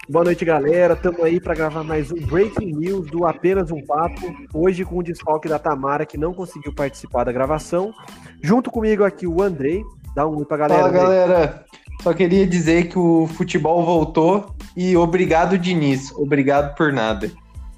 Boa noite, galera. Estamos aí para gravar mais um Breaking News do Apenas um Papo. Hoje com o desfalque da Tamara, que não conseguiu participar da gravação. Junto comigo aqui o Andrei. Dá um oi pra galera. Fala, Andrei. galera. Só queria dizer que o futebol voltou e obrigado, Diniz. Obrigado por nada.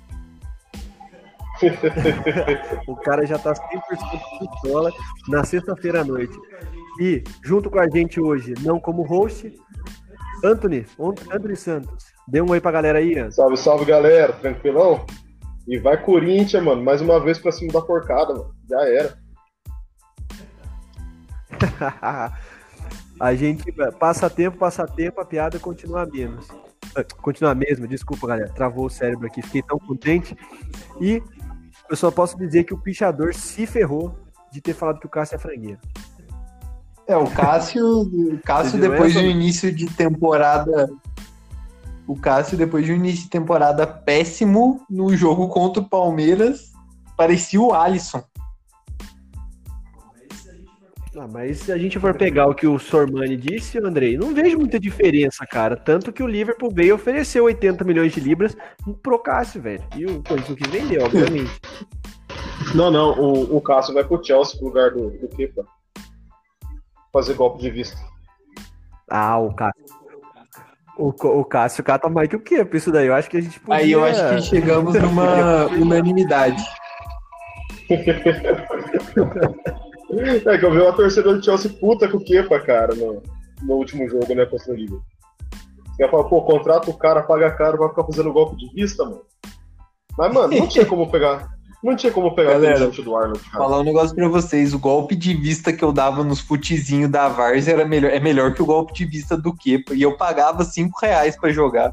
O cara já tá 100% de bola na sexta-feira à noite. E junto com a gente hoje, não como host, Anthony Santos. Dê um oi pra galera aí, Anthony. Salve, salve, galera. Tranquilão? E vai Corinthians, mano. Mais uma vez pra cima da porcada, mano. Já era. A gente passa tempo, a piada continua menos. Continua mesmo, desculpa, galera. Travou o cérebro aqui, fiquei tão contente. E eu só posso dizer que o pichador se ferrou de ter falado que o Cássio é frangueiro. O Cássio depois de um início de temporada. O Cássio, depois de um início de temporada péssimo no jogo contra o Palmeiras, parecia o Alisson. Mas se a gente for pegar o que o Sormani disse, Andrei, não vejo muita diferença, cara. Tanto que o Liverpool veio e ofereceu 80 milhões de libras pro Cássio, velho. E o Corinthians que vendeu, obviamente. Não, o Cássio vai pro Chelsea pro lugar do Kepa. Fazer golpe de vista. O Cássio. O Cássio cata mais que o Kepa, isso daí. Eu acho que a gente podia... Aí eu acho que chegamos numa unanimidade. É que eu vi uma torcedora do Chelsea puta com o Kepa, cara, no último jogo, né, contra o Liverpool. Você ia falar, contrata o cara, paga caro, vai ficar fazendo golpe de vista, mano. Mas, mano, não tinha como pegar Galera, aquele chute do Arnold, cara. Falar um negócio pra vocês, o golpe de vista que eu dava nos futezinhos da Várzea é melhor que o golpe de vista do Kepa, e eu pagava R$5 pra jogar.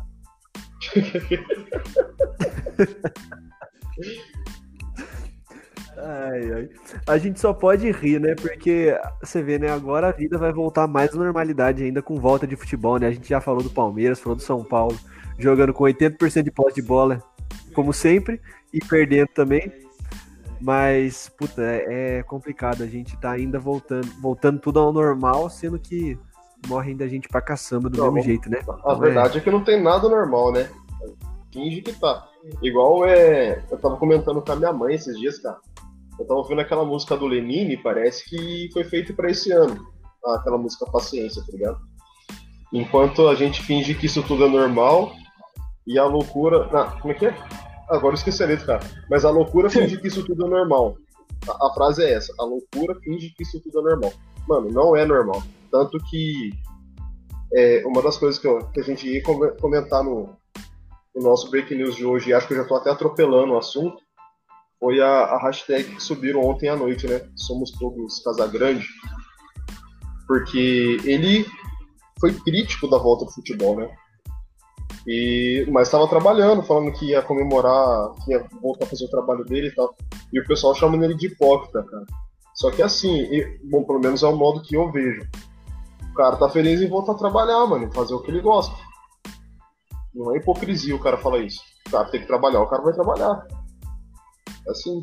Ai. A gente só pode rir, né? Porque você vê, né? Agora a vida vai voltar mais à normalidade ainda com volta de futebol, né? A gente já falou do Palmeiras, falou do São Paulo, jogando com 80% de posse de bola, como sempre, e perdendo também. Mas, puta, é complicado. A gente tá ainda voltando tudo ao normal, sendo que morre ainda gente pra caçamba do mesmo jeito, né? A verdade é que não tem nada normal, né? Finge que tá. Igual eu tava comentando com a minha mãe esses dias, cara. Eu tava ouvindo aquela música do Lenine, parece que foi feita pra esse ano. Aquela música Paciência, tá ligado? Enquanto a gente finge que isso tudo é normal e a loucura... como é que é? Agora eu esqueci a letra, cara. Mas a loucura finge que isso tudo é normal. A frase é essa. A loucura finge que isso tudo é normal. Mano, não é normal. Tanto que uma das coisas que a gente ia comentar no nosso Breaking News de hoje, e acho que eu já tô até atropelando o assunto, foi a hashtag que subiram ontem à noite, né? Somos todos Casagrande. Porque ele foi crítico da volta do futebol, né? Mas estava trabalhando, falando que ia comemorar, que ia voltar a fazer o trabalho dele e tal. E o pessoal chamando ele de hipócrita, cara. Só que assim, bom, pelo menos é o modo que eu vejo. O cara tá feliz em voltar a trabalhar, mano, fazer o que ele gosta. Não é hipocrisia o cara falar isso. O cara tem que trabalhar, o cara vai trabalhar. Assim.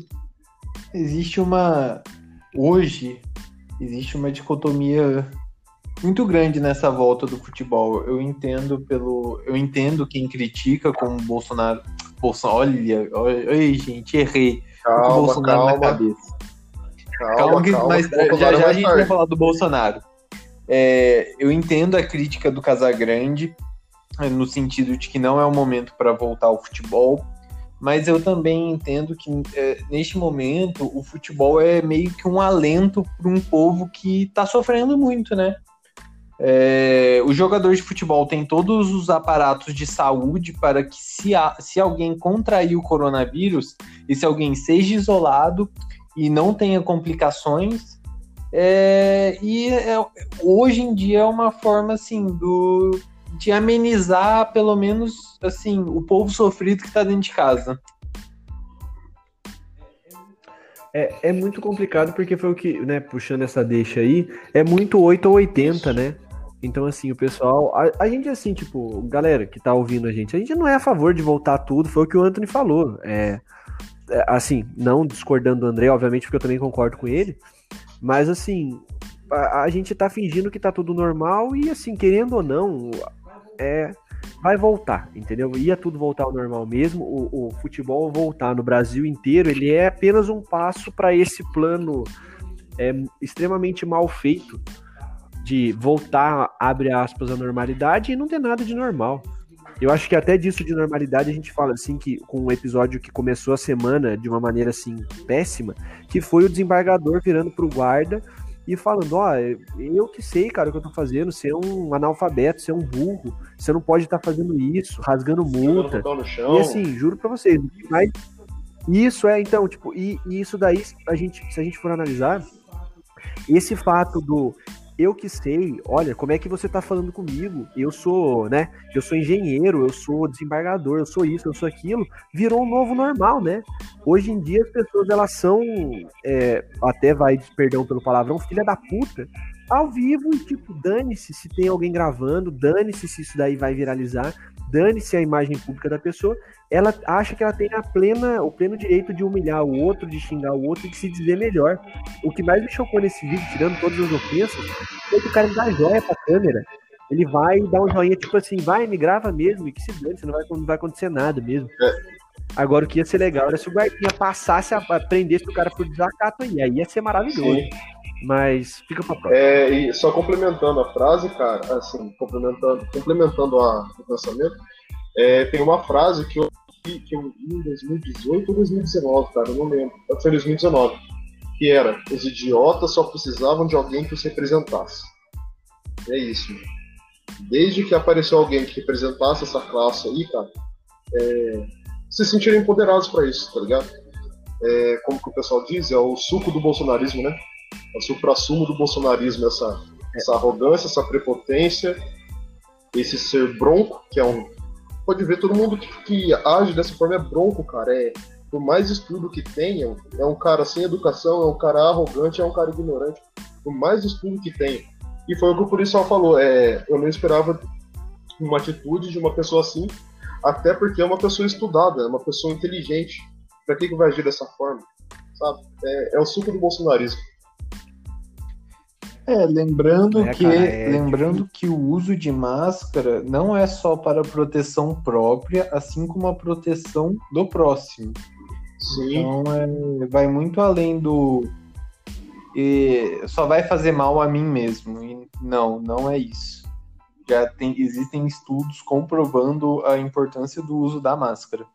Hoje existe uma dicotomia muito grande nessa volta do futebol. Eu entendo quem critica como Bolsonaro. Olha, gente, errei. Calma, com o Bolsonaro na cabeça. Calma, mas já a gente vai falar do Bolsonaro. Eu entendo a crítica do Casagrande no sentido de que não é o momento para voltar ao futebol, mas eu também entendo que neste momento o futebol é meio que um alento para um povo que está sofrendo muito, né? Os jogadores de futebol têm todos os aparatos de saúde para que se alguém contrair o coronavírus e se alguém seja isolado e não tenha complicações, hoje em dia é uma forma assim de amenizar pelo menos assim o povo sofrido que está dentro de casa. É muito complicado porque foi o que, né, puxando essa deixa aí, é muito 8 ou 80, né? Então, assim, o pessoal... A gente, assim, tipo, galera que tá ouvindo a gente não é a favor de voltar tudo, foi o que o Anthony falou. Assim, não discordando do André, obviamente, porque eu também concordo com ele, mas, assim, a gente tá fingindo que tá tudo normal e, assim, querendo ou não, vai voltar, entendeu? Ia tudo voltar ao normal mesmo, o futebol voltar no Brasil inteiro, ele é apenas um passo para esse plano extremamente mal feito de voltar, abre aspas, à normalidade e não ter nada de normal. Eu acho que até disso de normalidade a gente fala assim, que com um episódio que começou a semana de uma maneira assim péssima, que foi o desembargador virando pro guarda e falando, eu que sei, cara, o que eu tô fazendo, você é um analfabeto, você é um burro, você não pode estar fazendo isso, rasgando multa. E assim, juro pra vocês, mas isso então, tipo, e isso daí, se a gente for analisar, esse fato do eu que sei, olha, como é que você tá falando comigo? Eu sou engenheiro, eu sou desembargador, eu sou isso, eu sou aquilo, virou um novo normal, né? Hoje em dia as pessoas, elas são, até vai, perdão pelo palavrão, filha da puta, ao vivo e tipo, dane-se se tem alguém gravando, dane-se se isso daí vai viralizar, dane-se a imagem pública da pessoa, ela acha que ela tem o pleno direito de humilhar o outro, de xingar o outro e de se dizer melhor. O que mais me chocou nesse vídeo, tirando todas as ofensas, foi que o cara me dá joia pra câmera. Ele vai dar um joinha, tipo assim, vai, me grava mesmo, e que se dane, não vai acontecer nada mesmo. Agora, o que ia ser legal era se o guardinha passasse a prendesse o cara por desacato aí ia ser maravilhoso. Sim. Mas fica pra próxima. E só complementando a frase, cara, assim, complementando o pensamento, tem uma frase que eu li em 2018 ou 2019, cara, eu não lembro. Foi 2019. Que era, os idiotas só precisavam de alguém que os representasse. É isso. Desde que apareceu alguém que representasse essa classe aí, cara, se sentirem empoderados pra isso, tá ligado? Como que o pessoal diz, é o suco do bolsonarismo, né? É o suprassumo do bolsonarismo, essa arrogância, essa prepotência, esse ser bronco, que pode ver, todo mundo que age dessa forma é bronco, cara. Por mais estudo que tenham, é um cara sem educação, é um cara arrogante, é um cara ignorante. Por mais estudo que tenha. E foi o que o policial falou. Eu não esperava uma atitude de uma pessoa assim, até porque é uma pessoa estudada, é uma pessoa inteligente. Pra que vai agir dessa forma? Sabe? É o suco do bolsonarismo. Lembrando que o uso de máscara não é só para proteção própria, assim como a proteção do próximo. Sim. Então vai muito além do só vai fazer mal a mim mesmo. E não é isso. Existem estudos comprovando a importância do uso da máscara.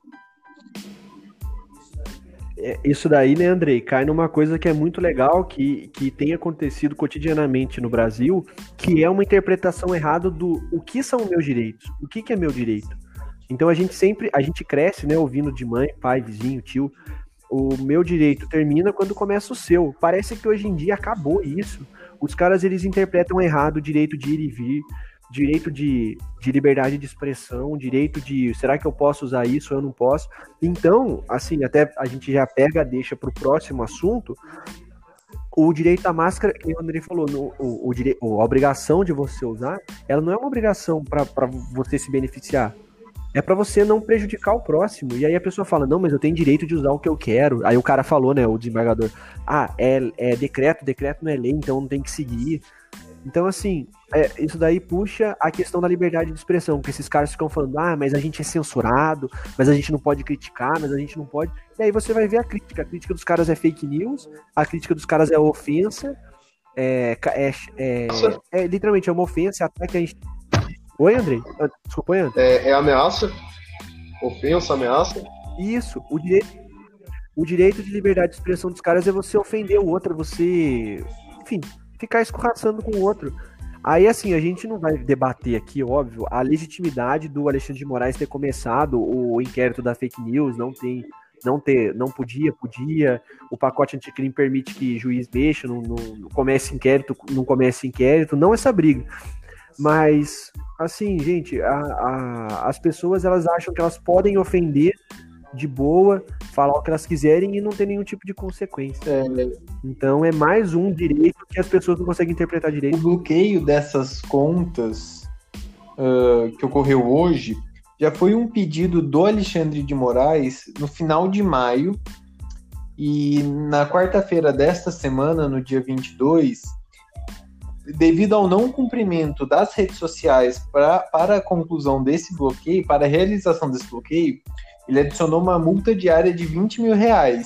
Isso daí, né, Andrei, cai numa coisa que é muito legal, que tem acontecido cotidianamente no Brasil, que é uma interpretação errada do o que são meus direitos, o que é meu direito. Então a gente cresce, né, ouvindo de mãe, pai, vizinho, tio, o meu direito termina quando começa o seu. Parece que hoje em dia acabou isso. Os caras, eles interpretam errado o direito de ir e vir, direito de liberdade de expressão, direito de, será que eu posso usar isso ou eu não posso? Então, assim, até a gente já deixa para o próximo assunto, o direito à máscara, que o André falou, a obrigação de você usar, ela não é uma obrigação para você se beneficiar, é para você não prejudicar o próximo. E aí a pessoa fala, não, mas eu tenho direito de usar o que eu quero. Aí o cara falou, né, o desembargador, é decreto não é lei, então não tem que seguir. Então, assim, isso daí puxa a questão da liberdade de expressão, porque esses caras ficam falando, mas a gente é censurado, mas a gente não pode criticar, mas a gente não pode... E aí você vai ver a crítica dos caras é fake news, a crítica dos caras é ofensa, literalmente é uma ofensa, ataque a gente... Oi, Andrei? Desculpa, Andrei. É ameaça, ofensa, ameaça. Isso, o direito de liberdade de expressão dos caras é você ofender o outro, você... Enfim... ficar escorraçando com o outro. Aí, assim, a gente não vai debater aqui, óbvio, a legitimidade do Alexandre de Moraes ter começado o inquérito da fake news, não podia, o pacote anticrime permite que juiz mexa, não comece inquérito, não essa briga. Mas, assim, gente, as pessoas, elas acham que elas podem ofender de boa, falar o que elas quiserem e não ter nenhum tipo de consequência. Então é mais um direito que as pessoas não conseguem interpretar direito. O bloqueio dessas contas que ocorreu hoje já foi um pedido do Alexandre de Moraes no final de maio, e na quarta-feira desta semana, no dia 22, devido ao não cumprimento das redes sociais para a conclusão desse bloqueio, para a realização desse bloqueio, ele adicionou uma multa diária de R$20 mil.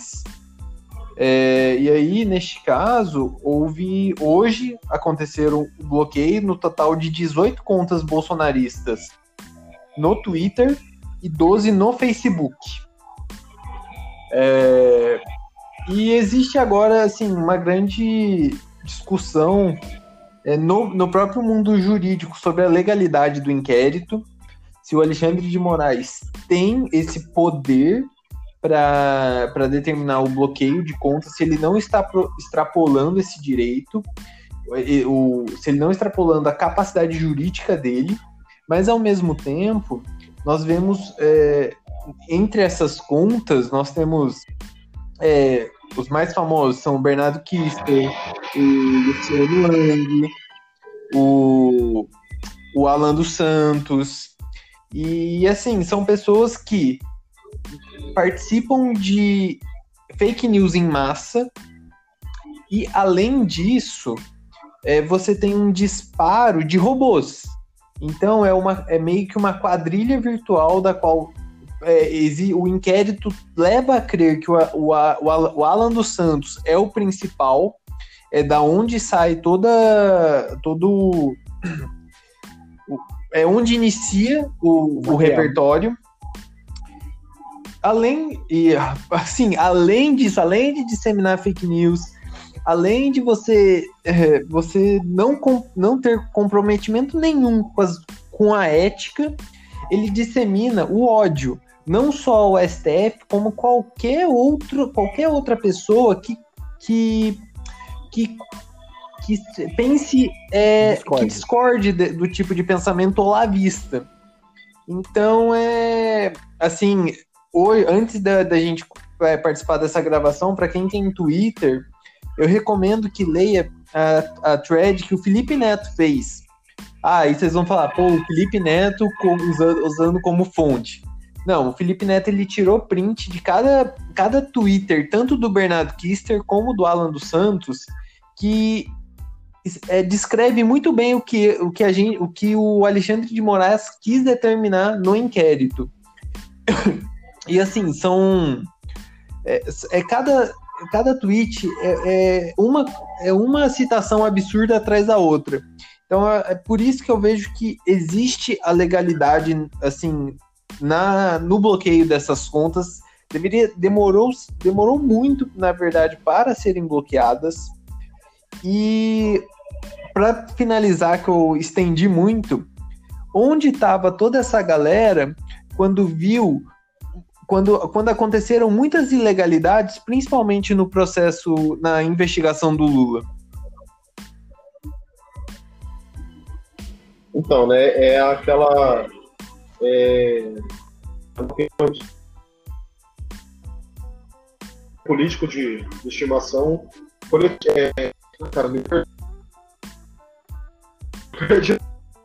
E aí, neste caso, hoje aconteceram o bloqueio no total de 18 contas bolsonaristas no Twitter e 12 no Facebook. E existe agora, assim, uma grande discussão no próprio mundo jurídico sobre a legalidade do inquérito, se o Alexandre de Moraes tem esse poder para determinar o bloqueio de contas, se ele não está extrapolando esse direito, se ele não extrapolando a capacidade jurídica dele, mas ao mesmo tempo nós vemos entre essas contas, nós temos os mais famosos são o Bernardo Kister, o Luciano Hang, o Alan dos Santos, e assim, são pessoas que participam de fake news em massa, e além disso, você tem um disparo de robôs. Então é meio que uma quadrilha virtual da qual o inquérito leva a crer que o Alan dos Santos é o principal, da onde sai onde inicia o repertório. Além disso, além de disseminar fake news, além de você não ter comprometimento nenhum com a ética, ele dissemina o ódio. Não só o STF, como qualquer outra pessoa que pense, que discorde do tipo de pensamento olavista. Então, assim, hoje, antes da gente participar dessa gravação, para quem tem Twitter, eu recomendo que leia a thread que o Felipe Neto fez. E vocês vão falar, o Felipe Neto usando como fonte. Não, o Felipe Neto, ele tirou print de cada Twitter, tanto do Bernardo Kister como do Alan dos Santos, que descreve muito bem o que o Alexandre de Moraes quis determinar no inquérito. E assim, cada tweet é uma citação absurda atrás da outra. Então é por isso que eu vejo que existe a legalidade, assim, no bloqueio dessas contas. Demorou muito, na verdade, para serem bloqueadas. E para finalizar, que eu estendi muito, onde estava toda essa galera quando aconteceram muitas ilegalidades, principalmente no processo, na investigação do Lula? Então, né, é aquela político de estimação. Cara, me perdi.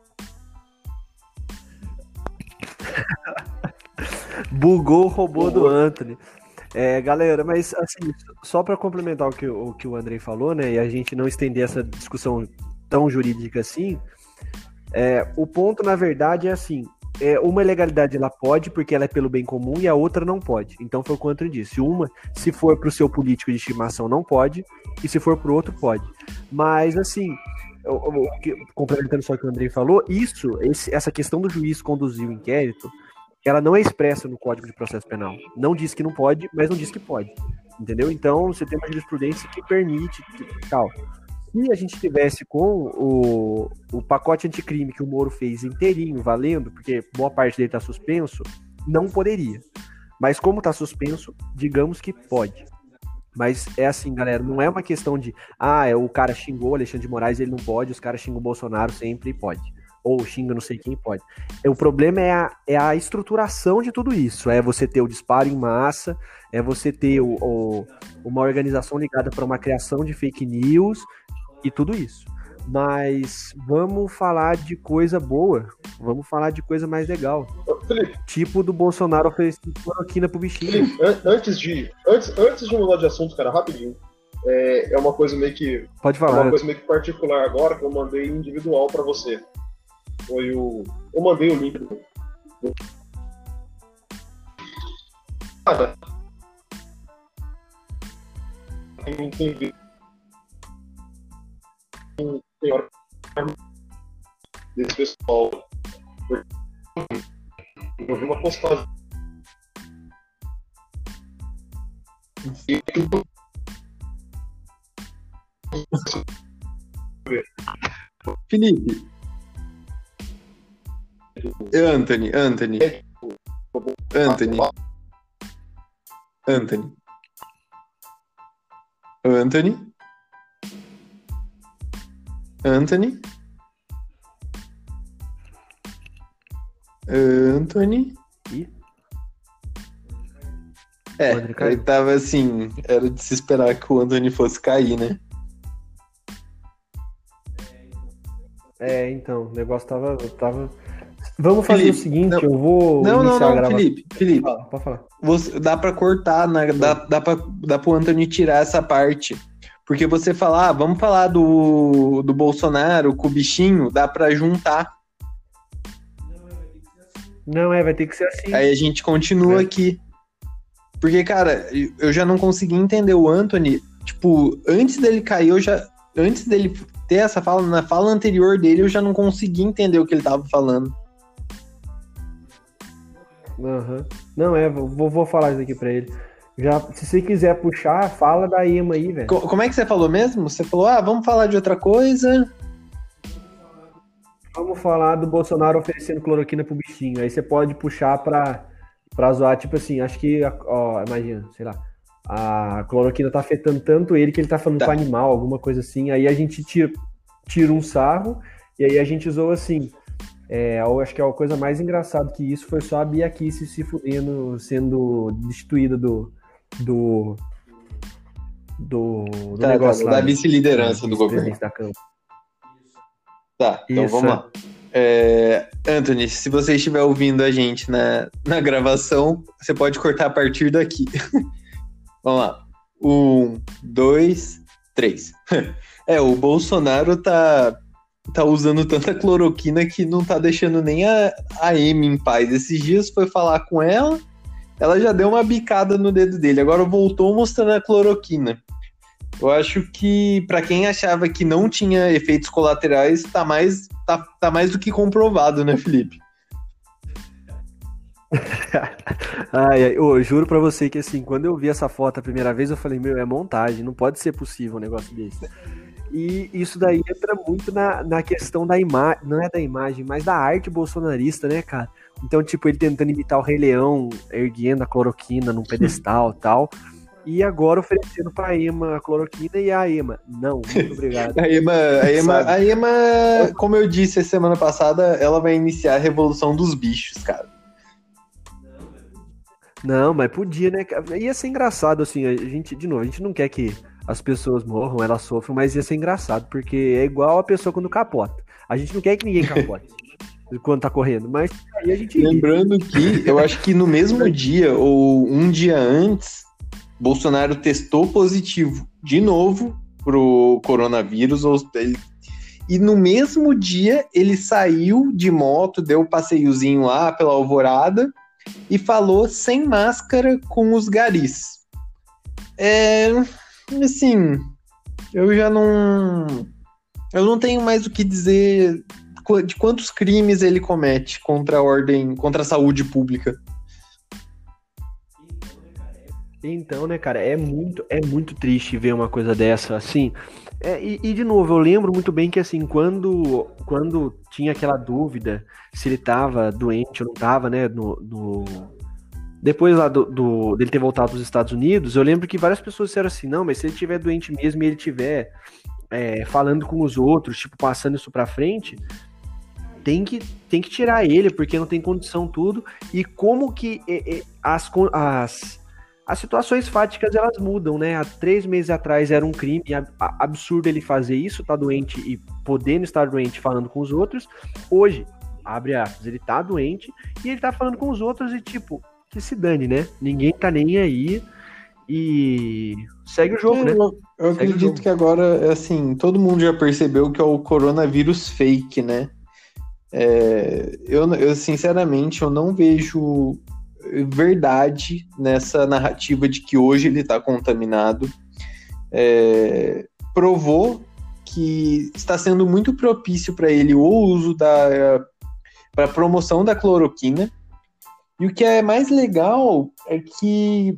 Bugou o robô do Anthony. Galera, mas assim, só para complementar o que o Andrei falou, né, e a gente não estender essa discussão tão jurídica assim, o ponto, na verdade, é assim, uma ilegalidade ela pode, porque ela é pelo bem comum, e a outra não pode. Então foi o que o Anthony disse. Uma, se for pro seu político de estimação, não pode, e se for pro outro, pode. Mas, assim, complementando só o que o Andrei falou, essa questão do juiz conduzir o inquérito, ela não é expressa no Código de Processo Penal. Não diz que não pode, mas não diz que pode. Entendeu? Então, você tem uma jurisprudência que permite tal. Se a gente tivesse com o pacote anticrime que o Moro fez inteirinho, valendo, porque boa parte dele está suspenso, não poderia. Mas como está suspenso, digamos que pode. Mas é assim, galera, não é uma questão de o cara xingou o Alexandre de Moraes, ele não pode, os caras xingam o Bolsonaro, sempre pode. Ou xinga não sei quem, pode. O problema é a estruturação de tudo isso. É você ter o disparo em massa, é você ter uma organização ligada para uma criação de fake news e tudo isso. Mas vamos falar de coisa boa, vamos falar de coisa mais legal. Felipe, tipo do Bolsonaro oferecendo cloroquina pro bichinho. Felipe, antes de mudar de assunto, cara, rapidinho. é uma coisa meio que... Pode falar. Uma coisa meio que particular agora, que eu mandei individual para você. Eu mandei o link do... Cara, tem hora desse pessoal. Eu vi uma postagem. Felipe. Anthony. Ele tava assim, era de se esperar que o Anthony fosse cair, né? Então, o negócio tava... Vamos fazer Felipe, o seguinte, eu vou iniciar a gravação. Felipe, pode falar. Dá pra cortar, dá pro Anthony tirar essa parte. Porque você falar, vamos falar do Bolsonaro com o bichinho, dá pra juntar. Não, vai ter que ser assim. Aí a gente continua aqui. Porque, cara, eu já não consegui entender o Anthony. Tipo, antes dele cair, antes dele ter essa fala, na fala anterior dele, eu já não consegui entender o que ele tava falando. Uhum. Não, vou falar isso aqui pra ele. Já, se você quiser puxar, fala da EMA aí, velho. Como é que você falou mesmo? Você falou, vamos falar de outra coisa. Vamos falar do Bolsonaro oferecendo cloroquina pro bichinho. Aí você pode puxar pra zoar, tipo assim, acho que, imagina, sei lá, a cloroquina tá afetando tanto ele que ele tá falando com animal, alguma coisa assim. Aí a gente tira um sarro e aí a gente zoa assim. Eu acho que a coisa mais engraçada que isso foi só a Bia Kicis se fudendo, sendo destituída do negócio lá. Da vice-liderança do governo. Da Câmara. Tá, então vamos lá. Anthony, se você estiver ouvindo a gente na gravação, você pode cortar a partir daqui. Vamos lá. 1, 2, 3. O Bolsonaro tá usando tanta cloroquina que não tá deixando nem a Amy em paz. Esses dias foi falar com ela já deu uma bicada no dedo dele, agora voltou mostrando a cloroquina. Eu acho que, pra quem achava que não tinha efeitos colaterais, tá mais do que comprovado, né, Felipe? Eu juro pra você que, assim, quando eu vi essa foto a primeira vez, eu falei, é montagem, não pode ser possível um negócio desse. E isso daí entra muito na questão da imagem, não é da imagem, mas da arte bolsonarista, né, cara? Então, tipo, ele tentando imitar o Rei Leão, erguendo a cloroquina num pedestal e tal, e agora oferecendo pra EMA a cloroquina e a EMA, não, muito obrigado. A EMA, como eu disse a semana passada, ela vai iniciar a revolução dos bichos, cara. Não, mas podia, né? Ia ser engraçado, assim, a gente não quer que as pessoas morram, elas sofram, mas ia ser engraçado, porque é igual a pessoa quando capota. A gente não quer que ninguém capote quando tá correndo, mas aí a gente... Lembrando que, eu acho que no mesmo dia, ou um dia antes, Bolsonaro testou positivo de novo pro coronavírus, e no mesmo dia ele saiu de moto, deu um passeiozinho lá pela Alvorada, e falou sem máscara com os garis. Assim, eu não tenho mais o que dizer de quantos crimes ele comete contra a saúde pública. Então, né, cara, é muito triste ver uma coisa dessa, assim. E de novo, eu lembro muito bem que, assim, quando tinha aquela dúvida se ele tava doente ou não tava, né, depois lá dele ter voltado dos Estados Unidos, eu lembro que várias pessoas disseram assim, não, mas se ele tiver doente mesmo e ele tiver falando com os outros, tipo, passando isso pra frente, tem que tirar ele, porque não tem condição tudo, e como que as situações fáticas, elas mudam, né? Há 3 meses atrás era um crime absurdo ele fazer isso, tá doente e podendo estar doente falando com os outros. Hoje, abre aspas, ele tá doente e ele tá falando com os outros e, tipo, que se dane, né? Ninguém tá nem aí. e segue o jogo, né? Eu acredito que agora, assim, todo mundo já percebeu que é o coronavírus fake, né? Eu sinceramente, eu não vejo verdade nessa narrativa de que hoje ele está contaminado. Provou que está sendo muito propício para ele o uso para promoção da cloroquina. E o que é mais legal é que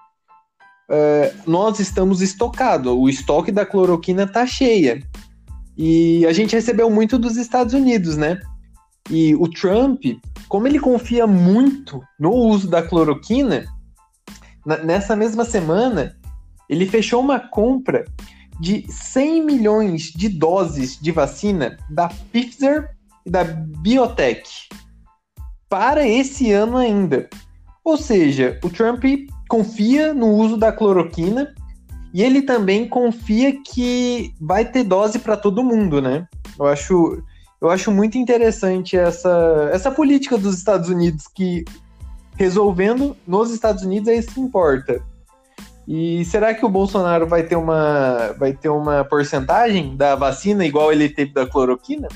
nós estamos estocados. O estoque da cloroquina está cheia. E a gente recebeu muito dos Estados Unidos, né? E o Trump, como ele confia muito no uso da cloroquina, nessa mesma semana, ele fechou uma compra de 100 milhões de doses de vacina da Pfizer e da BioNTech para esse ano ainda. Ou seja, o Trump confia no uso da cloroquina e ele também confia que vai ter dose para todo mundo, né? Eu acho muito interessante essa política dos Estados Unidos, que resolvendo nos Estados Unidos é isso que importa. E será que o Bolsonaro vai ter uma porcentagem da vacina igual ele teve da cloroquina?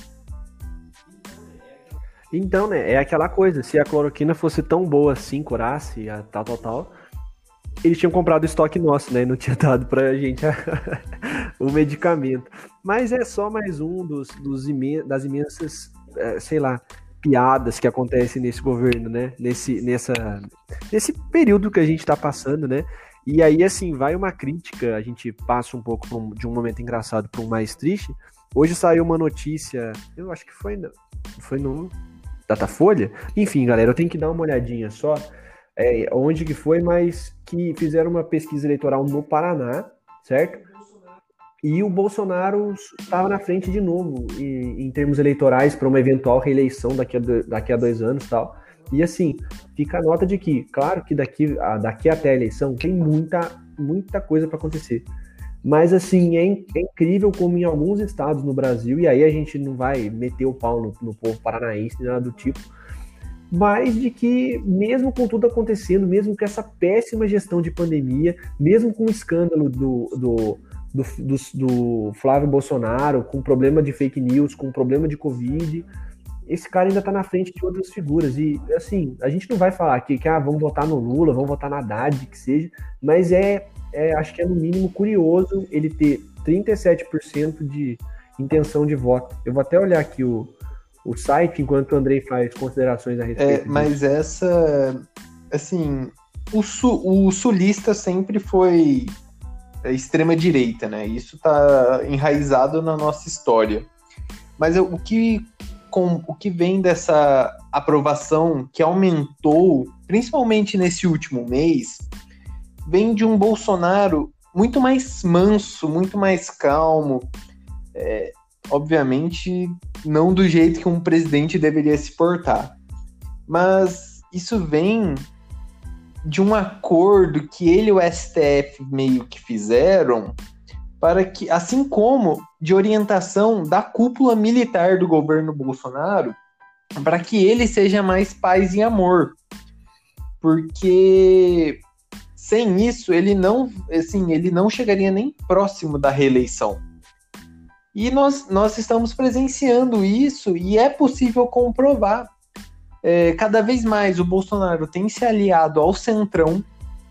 Então, né, é aquela coisa, se a cloroquina fosse tão boa assim, curasse, tal, eles tinham comprado o estoque nosso, né, e não tinha dado pra gente o medicamento. Mas é só mais um das imensas, sei lá, piadas que acontecem nesse governo, né, nesse período que a gente tá passando, né. E aí, assim, vai uma crítica, a gente passa um pouco de um momento engraçado para um mais triste. Hoje saiu uma notícia, eu acho que foi no Datafolha. Enfim, galera, eu tenho que dar uma olhadinha só onde que foi, mas que fizeram uma pesquisa eleitoral no Paraná, certo? E o Bolsonaro estava na frente de novo em termos eleitorais para uma eventual reeleição daqui a 2 anos e tal. E assim, fica a nota de que, claro que daqui até a eleição tem muita coisa para acontecer. Mas assim, é incrível como em alguns estados no Brasil, e aí a gente não vai meter o pau no povo paranaense, nem nada do tipo, mas de que mesmo com tudo acontecendo, mesmo com essa péssima gestão de pandemia, mesmo com o escândalo do Flávio Bolsonaro, com problema de fake news, com problema de Covid, esse cara ainda tá na frente de outras figuras. E, assim, a gente não vai falar aqui que vamos votar no Lula, vamos votar na Haddad, que seja, mas acho que é no mínimo curioso ele ter 37% de intenção de voto. Eu vou até olhar aqui o site, enquanto o Andrei faz considerações a respeito mas essa, assim, o sulista sempre foi extrema-direita, né? Isso tá enraizado na nossa história. Mas o que vem dessa aprovação que aumentou, principalmente nesse último mês, vem de um Bolsonaro muito mais manso, muito mais calmo. Obviamente, não do jeito que um presidente deveria se portar. Mas isso vem de um acordo que ele e o STF meio que fizeram para que, assim como de orientação da cúpula militar do governo Bolsonaro, para que ele seja mais paz e amor. Porque sem isso, ele não chegaria nem próximo da reeleição. E nós estamos presenciando isso e é possível comprovar. Cada vez mais o Bolsonaro tem se aliado ao Centrão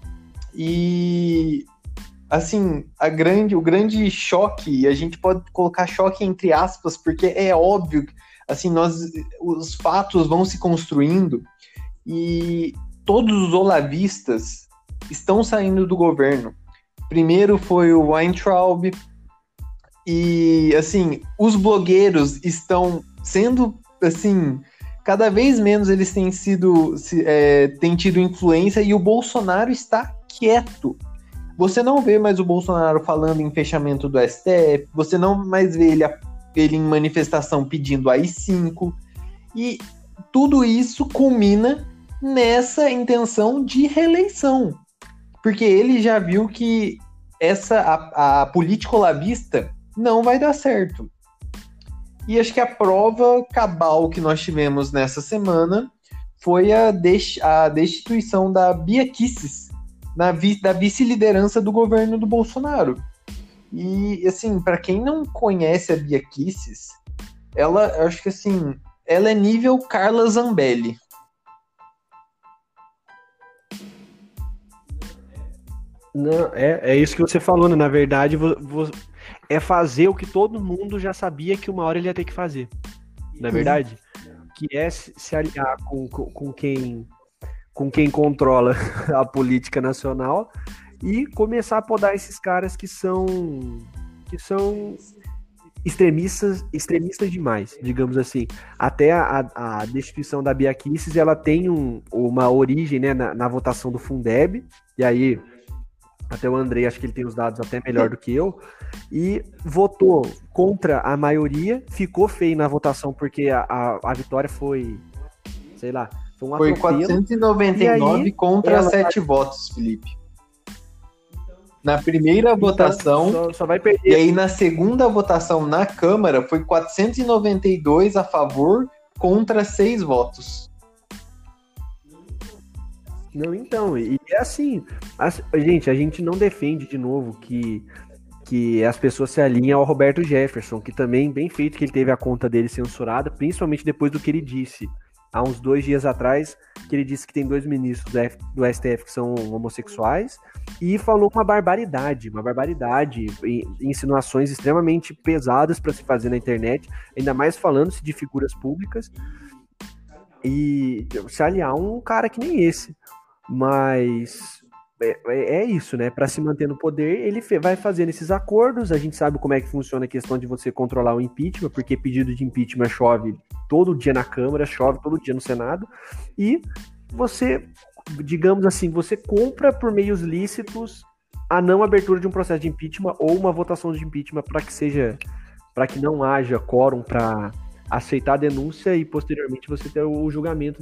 e, assim, o grande choque, e a gente pode colocar choque entre aspas, porque é óbvio que assim, os fatos vão se construindo e todos os olavistas estão saindo do governo. Primeiro foi o Weintraub e, assim, os blogueiros estão sendo, assim, cada vez menos eles têm tido influência e o Bolsonaro está quieto. Você não vê mais o Bolsonaro falando em fechamento do STF, você não mais vê ele em manifestação pedindo AI-5, e tudo isso culmina nessa intenção de reeleição, porque ele já viu que a política olavista não vai dar certo. E acho que a prova cabal que nós tivemos nessa semana foi a destituição da Bia Kicis da vice-liderança do governo do Bolsonaro. E, assim, para quem não conhece a Bia Kicis, eu acho que, assim, ela é nível Carla Zambelli. Não, é isso que você falou, né? Na verdade, é fazer o que todo mundo já sabia que uma hora ele ia ter que fazer. Na verdade, que é se aliar com quem controla a política nacional e começar a podar esses caras que são extremistas demais, digamos assim. Até a destituição da Bia Kicis, ela tem uma origem, né, na votação do Fundeb, e aí até o Andrei, acho que ele tem os dados até melhor do que eu, e votou contra a maioria, ficou feio na votação porque a vitória foi, sei lá, foi um atropelo. Foi 499 aí, contra 7 votos, Felipe. Na primeira votação, só vai perder. E aí na segunda votação na Câmara foi 492 a favor contra 6 votos. Não, então, e é assim, gente, a gente não defende de novo que as pessoas se alinhem ao Roberto Jefferson, que também, bem feito que ele teve a conta dele censurada, principalmente depois do que ele disse há uns 2 dias atrás, que ele disse que tem 2 ministros do STF que são homossexuais, e falou uma barbaridade, insinuações extremamente pesadas para se fazer na internet, ainda mais falando-se de figuras públicas, e se aliar a um cara que nem esse. Mas é isso, né? Para se manter no poder, ele vai fazendo esses acordos. A gente sabe como é que funciona a questão de você controlar o impeachment, porque pedido de impeachment chove todo dia na Câmara, chove todo dia no Senado, e você, digamos assim, você compra por meios lícitos a não abertura de um processo de impeachment ou uma votação de impeachment para que não haja quórum para aceitar a denúncia e posteriormente você ter o julgamento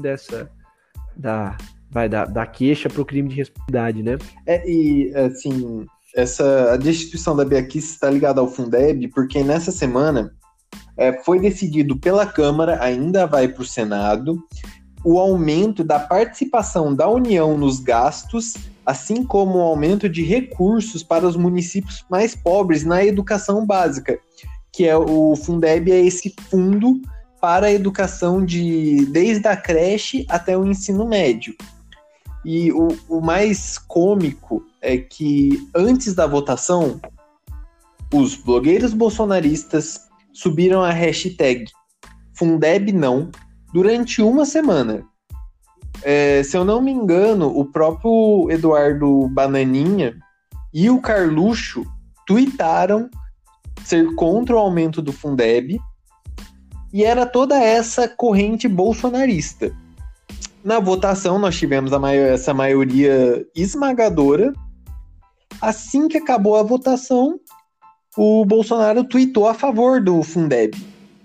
da queixa para o crime de responsabilidade, né? E assim, a destituição da Bia Kicis está ligada ao Fundeb, porque nessa semana foi decidido pela Câmara, ainda vai para o Senado, o aumento da participação da União nos gastos, assim como o aumento de recursos para os municípios mais pobres na educação básica, que é o Fundeb, é esse fundo para a educação desde a creche até o ensino médio. E o mais cômico é que, antes da votação, os blogueiros bolsonaristas subiram a hashtag Fundeb não durante uma semana. Se eu não me engano, o próprio Eduardo Bananinha e o Carluxo tuitaram ser contra o aumento do Fundeb, e era toda essa corrente bolsonarista. Na votação, nós tivemos essa maioria esmagadora. Assim que acabou a votação, o Bolsonaro tuitou a favor do Fundeb.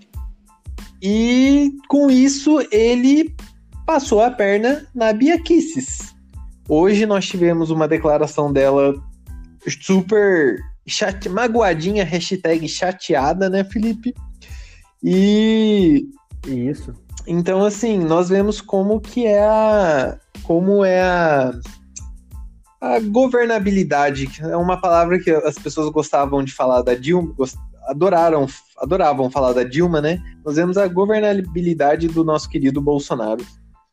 E, com isso, ele passou a perna na Bia Kicis. Hoje nós tivemos uma declaração dela super magoadinha, hashtag chateada, né, Felipe? E... Isso. Então, assim, nós vemos como é a governabilidade, que é uma palavra que as pessoas gostavam de falar da Dilma, adoravam falar da Dilma, né? Nós vemos a governabilidade do nosso querido Bolsonaro.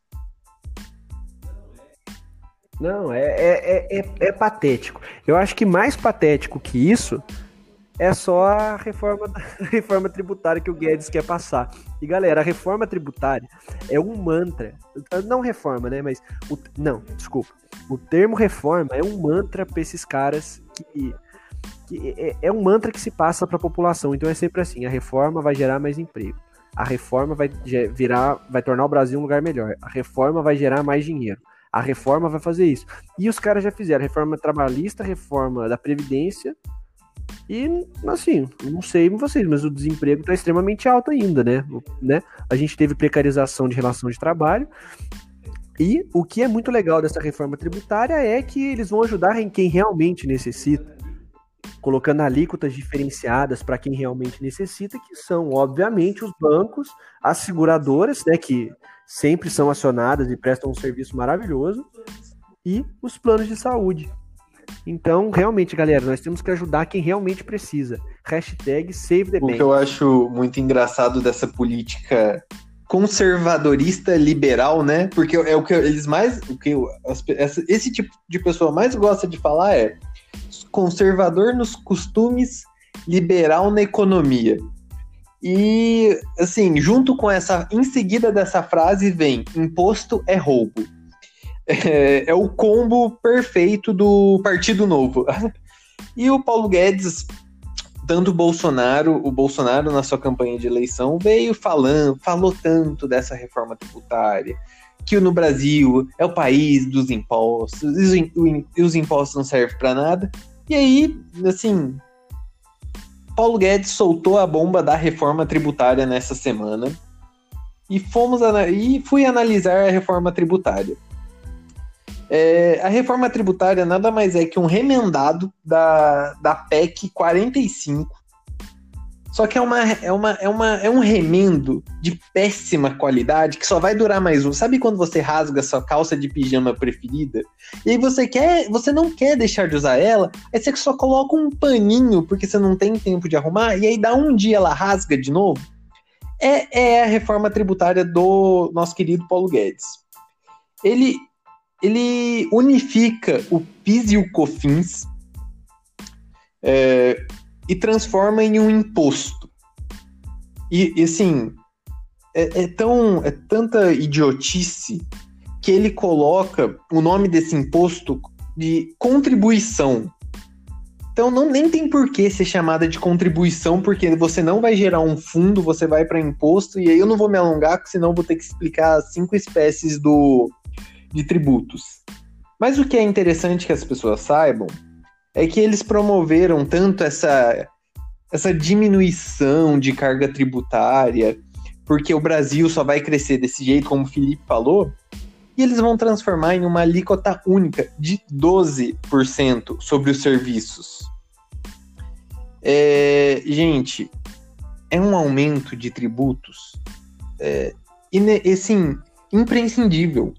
Não, é patético. Eu acho que mais patético que isso é só a reforma tributária que o Guedes quer passar. E, galera, a reforma tributária é um mantra. Não reforma, né? Mas... desculpa. O termo reforma é um mantra para esses caras que é um mantra que se passa para a população. Então é sempre assim, a reforma vai gerar mais emprego. A reforma vai tornar o Brasil um lugar melhor. A reforma vai gerar mais dinheiro. A reforma vai fazer isso. E os caras já fizeram reforma trabalhista, reforma da Previdência. E, assim, não sei vocês, mas o desemprego está extremamente alto ainda, né? A gente teve precarização de relação de trabalho. E o que é muito legal dessa reforma tributária é que eles vão ajudar em quem realmente necessita, colocando alíquotas diferenciadas para quem realmente necessita, que são, obviamente, os bancos, as seguradoras, né, que sempre são acionadas e prestam um serviço maravilhoso, e os planos de saúde. Então, realmente, galera, nós temos que ajudar quem realmente precisa. Hashtag Save the Bank. O que eu acho muito engraçado dessa política conservadorista liberal, né? Porque é o que eles mais... esse tipo de pessoa mais gosta de falar é conservador nos costumes, liberal na economia. E, assim, junto com essa... Em seguida dessa frase vem imposto é roubo. É o combo perfeito do Partido Novo. E o Paulo Guedes, tanto o Bolsonaro na sua campanha de eleição falou tanto dessa reforma tributária, que no Brasil é o país dos impostos, e os impostos não servem para nada. E aí, assim, Paulo Guedes soltou a bomba da reforma tributária nessa semana e fui analisar a reforma tributária. A reforma tributária nada mais é que um remendado da PEC 45. Só que é um remendo de péssima qualidade que só vai durar mais um. Sabe quando você rasga sua calça de pijama preferida? E aí você não quer deixar de usar ela, aí você só coloca um paninho porque você não tem tempo de arrumar, e aí dá um dia ela rasga de novo. É a reforma tributária do nosso querido Paulo Guedes. Ele unifica o PIS e o COFINS e transforma em um imposto. E assim, é tanta idiotice que ele coloca o nome desse imposto de contribuição. Então nem tem por que ser chamada de contribuição, porque você não vai gerar um fundo, você vai para imposto, e aí eu não vou me alongar, porque senão vou ter que explicar 5 espécies de tributos. Mas o que é interessante que as pessoas saibam é que eles promoveram tanto essa diminuição de carga tributária, porque o Brasil só vai crescer desse jeito, como o Felipe falou, e eles vão transformar em uma alíquota única de 12% sobre os serviços. Gente, é um aumento de tributos assim, imprescindível.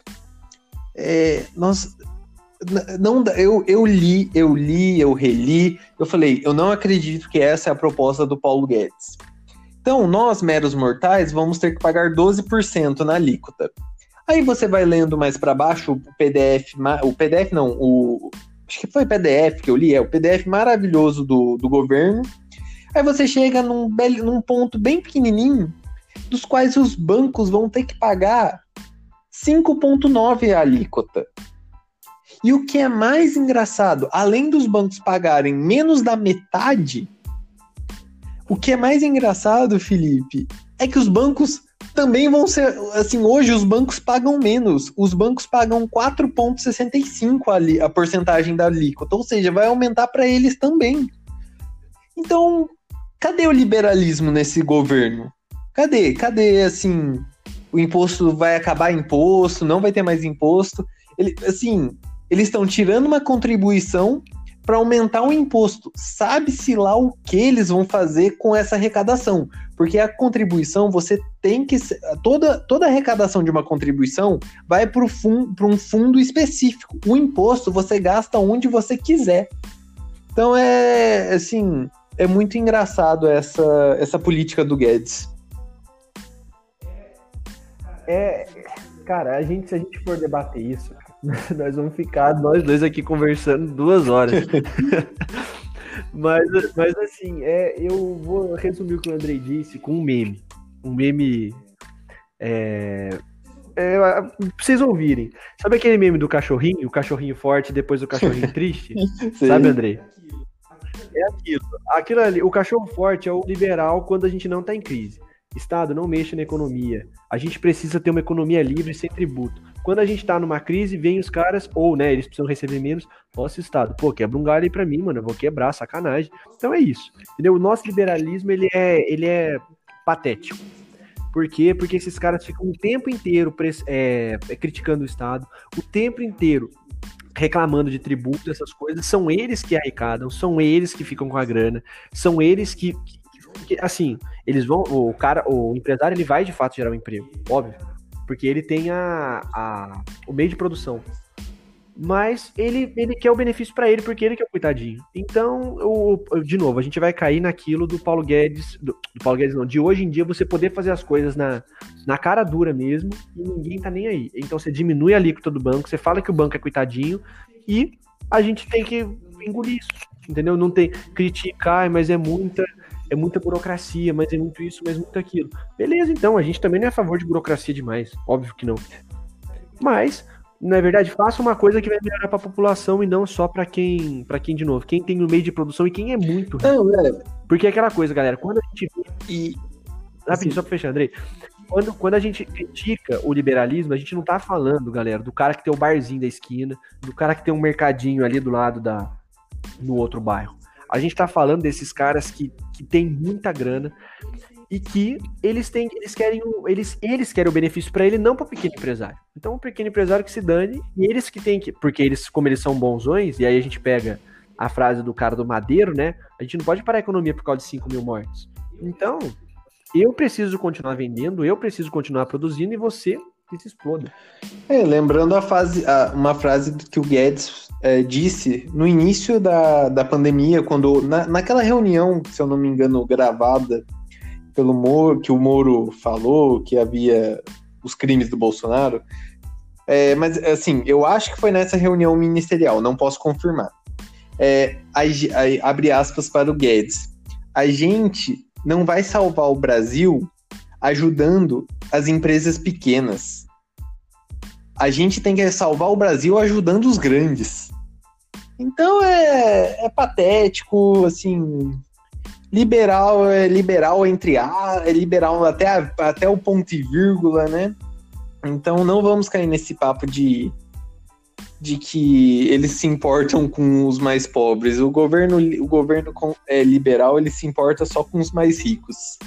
Eu reli, eu falei, eu não acredito que essa é a proposta do Paulo Guedes. Então, nós, meros mortais, vamos ter que pagar 12% na alíquota. Aí você vai lendo mais para baixo o PDF não, acho que foi PDF que eu li, o PDF maravilhoso do governo. Aí você chega num ponto bem pequenininho, dos quais os bancos vão ter que pagar 5,9% a alíquota. E o que é mais engraçado, além dos bancos pagarem menos da metade, o que é mais engraçado, Felipe, é que os bancos também vão ser, assim, hoje os bancos pagam menos. Os bancos pagam 4,65% a porcentagem da alíquota, ou seja, vai aumentar para eles também. Então, cadê o liberalismo nesse governo? Cadê, assim, o imposto vai acabar imposto, não vai ter mais imposto? Eles estão tirando uma contribuição para aumentar o imposto. Sabe-se lá o que eles vão fazer com essa arrecadação. Porque a contribuição, você tem que... Toda arrecadação de uma contribuição vai para um fundo específico. O imposto você gasta onde você quiser. Então é muito engraçado essa política do Guedes. Cara, se a gente for debater isso, nós vamos ficar nós dois aqui conversando 2 horas. mas assim, eu vou resumir o que o Andrei disse com um meme. Pra vocês ouvirem. Sabe aquele meme do cachorrinho? O cachorrinho forte e depois o cachorrinho triste? Sabe, Andrei? É aquilo ali. O cachorro forte é o liberal quando a gente não tá em crise. Estado, não mexa na economia. A gente precisa ter uma economia livre sem tributo. Quando a gente tá numa crise, vem os caras, eles precisam receber menos. Nosso Estado, quebra um galho aí pra mim, mano, eu vou quebrar, sacanagem. Então é isso, entendeu? O nosso liberalismo, ele é patético. Por quê? Porque esses caras ficam o tempo inteiro criticando o Estado, o tempo inteiro reclamando de tributo, essas coisas. São eles que arrecadam, são eles que ficam com a grana, são eles que assim, eles vão, o empresário, ele vai de fato gerar um emprego, óbvio, porque ele tem o meio de produção. mas ele quer o benefício para ele, porque ele que é o coitadinho. Então, de novo, a gente vai cair naquilo do Paulo Guedes, do Paulo Guedes não, de hoje em dia você poder fazer as coisas na cara dura mesmo, e ninguém tá nem aí. Então você diminui a alíquota do banco, você fala que o banco é coitadinho, e a gente tem que engolir isso, entendeu? Não tem criticar, mas é muita burocracia, mas é muito isso, mas muito aquilo. Beleza, então, a gente também não é a favor de burocracia demais, óbvio que não. Mas, na verdade, faça uma coisa que vai melhorar para a população e não só para quem, de novo, quem tem no meio de produção e quem é muito. Não, Porque é aquela coisa, galera, quando a gente... Rapidinho, só para fechar, Andrei. Quando a gente critica o liberalismo, a gente não tá falando, galera, do cara que tem o barzinho da esquina, do cara que tem um mercadinho ali do lado no outro bairro. A gente tá falando desses caras que tem muita grana e que eles querem o benefício para ele, não para o pequeno empresário. Então, o pequeno empresário que se dane, e eles que tem que... Porque eles, como eles são bonzões, e aí a gente pega a frase do cara do Madeiro, né? A gente não pode parar a economia por causa de 5 mil mortes. Então, eu preciso continuar vendendo, eu preciso continuar produzindo, e você que se exploda. Lembrando uma frase que o Guedes disse no início da pandemia, quando naquela reunião, se eu não me engano, gravada pelo Moro, que o Moro falou que havia os crimes do Bolsonaro, mas assim, eu acho que foi nessa reunião ministerial, não posso confirmar. Abre aspas para o Guedes: a gente não vai salvar o Brasil ajudando as empresas pequenas. A gente tem que salvar o Brasil ajudando os grandes. Então é patético, assim... Liberal é liberal entre é liberal até o ponto e vírgula, né? Então não vamos cair nesse papo de que eles se importam com os mais pobres. O governo liberal, ele se importa só com os mais ricos.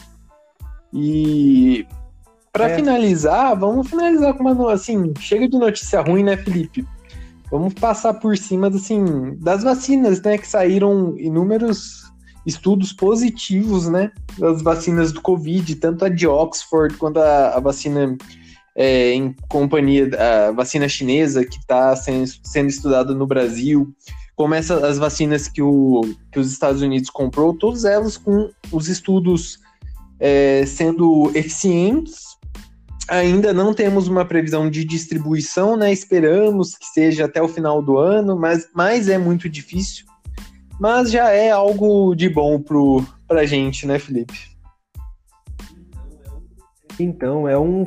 E para finalizar, vamos finalizar com uma, assim, chega de notícia ruim, né, Felipe? Vamos passar por cima, assim, das vacinas, né, que saíram inúmeros estudos positivos, né, das vacinas do Covid, tanto a de Oxford quanto a vacina em companhia, a vacina chinesa que está sendo estudada no Brasil, como as vacinas que os Estados Unidos comprou, todas elas com os estudos sendo eficientes. Ainda não temos uma previsão de distribuição, né? Esperamos que seja até o final do ano, mas é muito difícil. Mas já é algo de bom pra gente, né, Felipe? Então,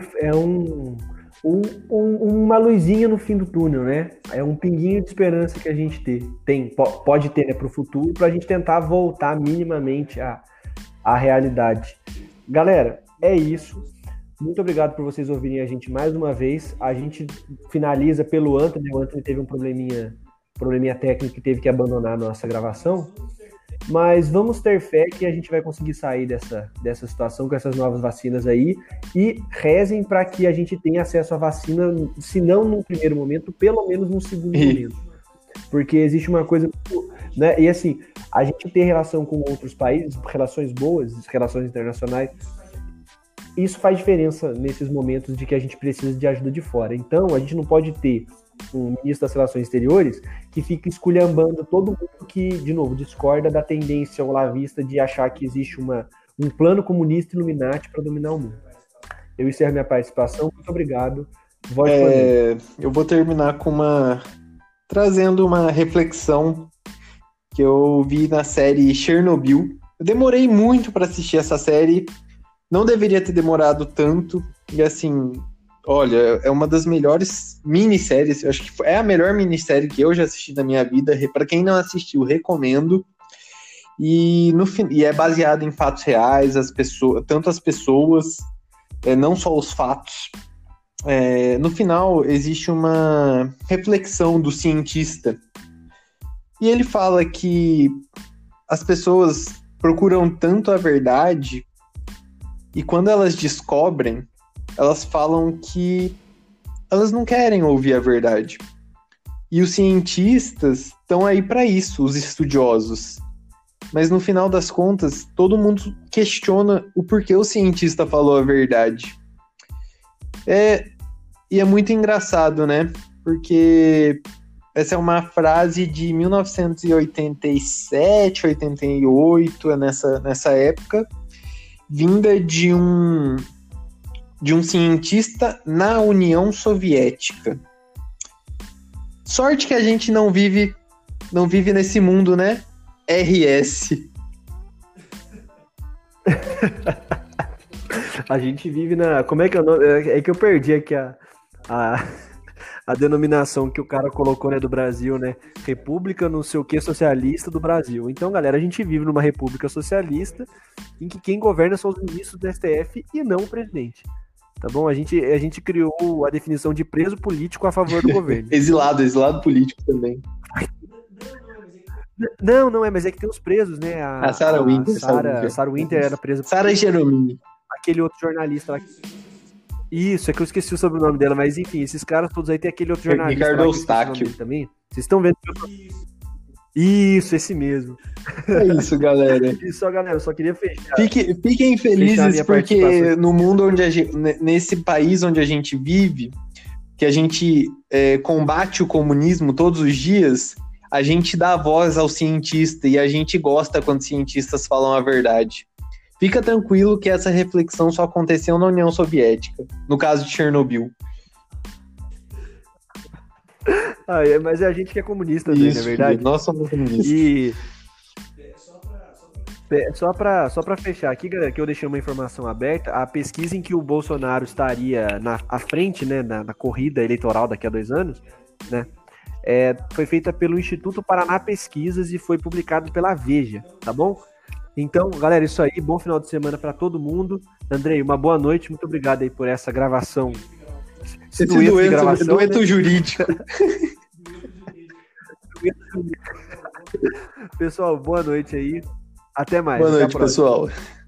uma luzinha no fim do túnel, né? É um pinguinho de esperança que a gente pode ter, né, pro futuro, pra gente tentar voltar minimamente à realidade. Galera, é isso. Muito obrigado por vocês ouvirem a gente mais uma vez. A gente finaliza pelo Anthony. O Anthony teve um probleminha técnico que teve que abandonar a nossa gravação. Mas vamos ter fé que a gente vai conseguir sair dessa situação com essas novas vacinas aí. E rezem para que a gente tenha acesso à vacina, se não no primeiro momento, pelo menos no segundo momento. Porque existe uma coisa... né? E assim, a gente ter relação com outros países, relações boas, relações internacionais, isso faz diferença nesses momentos de que a gente precisa de ajuda de fora. Então, a gente não pode ter um ministro das Relações Exteriores que fica esculhambando todo mundo que, de novo, discorda da tendência olavista de achar que existe um plano comunista Illuminati para dominar o mundo. Eu encerro minha participação. Muito obrigado. Eu vou terminar trazendo uma reflexão que eu vi na série Chernobyl. Eu demorei muito para assistir essa série. Não deveria ter demorado tanto. E assim, olha, é uma das melhores minisséries. Eu acho que é a melhor minissérie que eu já assisti na minha vida. Para quem não assistiu, recomendo. E é baseado em fatos reais, tanto as pessoas, não só os fatos. No final, existe uma reflexão do cientista. E ele fala que as pessoas procuram tanto a verdade e quando elas descobrem, elas falam que elas não querem ouvir a verdade. E os cientistas estão aí para isso, os estudiosos. Mas no final das contas, todo mundo questiona o porquê o cientista falou a verdade. E é muito engraçado, né? Porque Essa é uma frase de 1987, 88, é nessa época, vinda de um cientista na União Soviética. Sorte que a gente não vive nesse mundo, né? RS. A gente vive na... Como é que é o nome? É que eu perdi aqui a denominação que o cara colocou, né, do Brasil, né? República não sei o que socialista do Brasil. Então, galera, a gente vive numa república socialista em que quem governa são os ministros do STF e não o presidente. Tá bom? A gente criou a definição de preso político a favor do governo. exilado político também. Não, mas é que tem os presos, né? A Sarah Winter. Sarah Winter era presa. Sarah Jeromini. Aquele outro jornalista lá. Isso, é que eu esqueci o sobrenome dela, mas enfim, esses caras todos aí tem aquele outro jornalista. Ricardo Eustáquio. Também. Vocês estão vendo? Isso, esse mesmo. É isso, galera. Isso, galera, eu só queria fechar. Fiquem felizes porque no mundo nesse país onde a gente vive, que a gente combate o comunismo todos os dias, a gente dá voz ao cientista e a gente gosta quando cientistas falam a verdade. Fica tranquilo que essa reflexão só aconteceu na União Soviética, no caso de Chernobyl. Mas é a gente que é comunista, também, não é verdade? Nós somos comunistas. E só pra fechar aqui, galera, que eu deixei uma informação aberta, a pesquisa em que o Bolsonaro estaria à frente, né, na corrida eleitoral daqui a 2 anos, né, foi feita pelo Instituto Paraná Pesquisas e foi publicado pela Veja, tá bom? Então, galera, isso aí, bom final de semana pra todo mundo. Andrei, uma boa noite, muito obrigado aí por essa gravação. Esse dueto jurídico. Pessoal, boa noite aí. Até mais. Boa noite, pessoal.